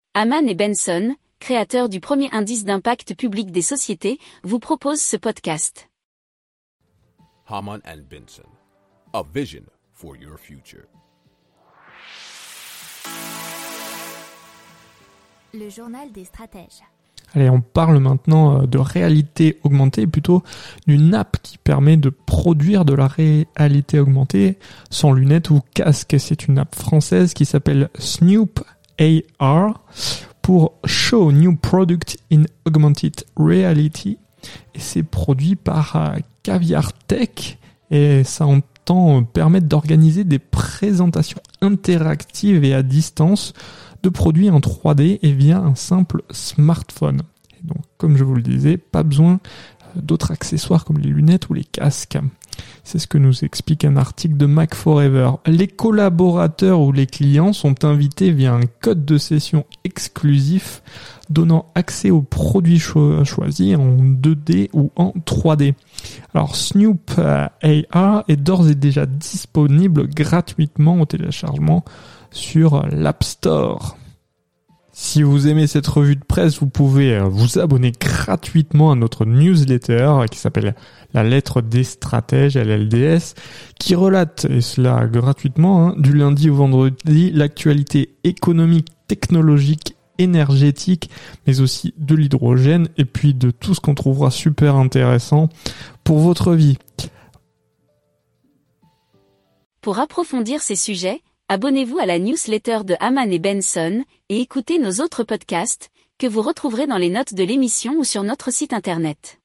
Hamann et Benson, créateurs du premier indice d'impact public des sociétés, vous proposent ce podcast. Hamann and Benson, a vision for your future. Le journal des stratèges. Allez, on parle maintenant de réalité augmentée, plutôt d'une app qui permet de produire de la réalité augmentée sans lunettes ou casque. C'est une app française qui s'appelle Snoop AR pour Show New Product in Augmented Reality. Et c'est produit par Caviar Tech et ça entend permettre d'organiser des présentations interactives et à distance de produits en 3D et via un simple smartphone. Et donc, comme je vous le disais, pas besoin d'autres accessoires comme les lunettes ou les casques. C'est ce que nous explique un article de Mac Forever. Les collaborateurs ou les clients sont invités via un code de session exclusif donnant accès aux produits choisis en 2D ou en 3D. Alors Snoop AR est d'ores et déjà disponible gratuitement au téléchargement sur l'App Store. Si vous aimez cette revue de presse, vous pouvez vous abonner gratuitement à notre newsletter qui s'appelle La Lettre des Stratèges, LLDS, qui relate, et cela gratuitement, du lundi au vendredi, l'actualité économique, technologique, énergétique, mais aussi de l'hydrogène et puis de tout ce qu'on trouvera super intéressant pour votre vie. Pour approfondir ces sujets, abonnez-vous à la newsletter de Hamann et Benson et écoutez nos autres podcasts que vous retrouverez dans les notes de l'émission ou sur notre site internet.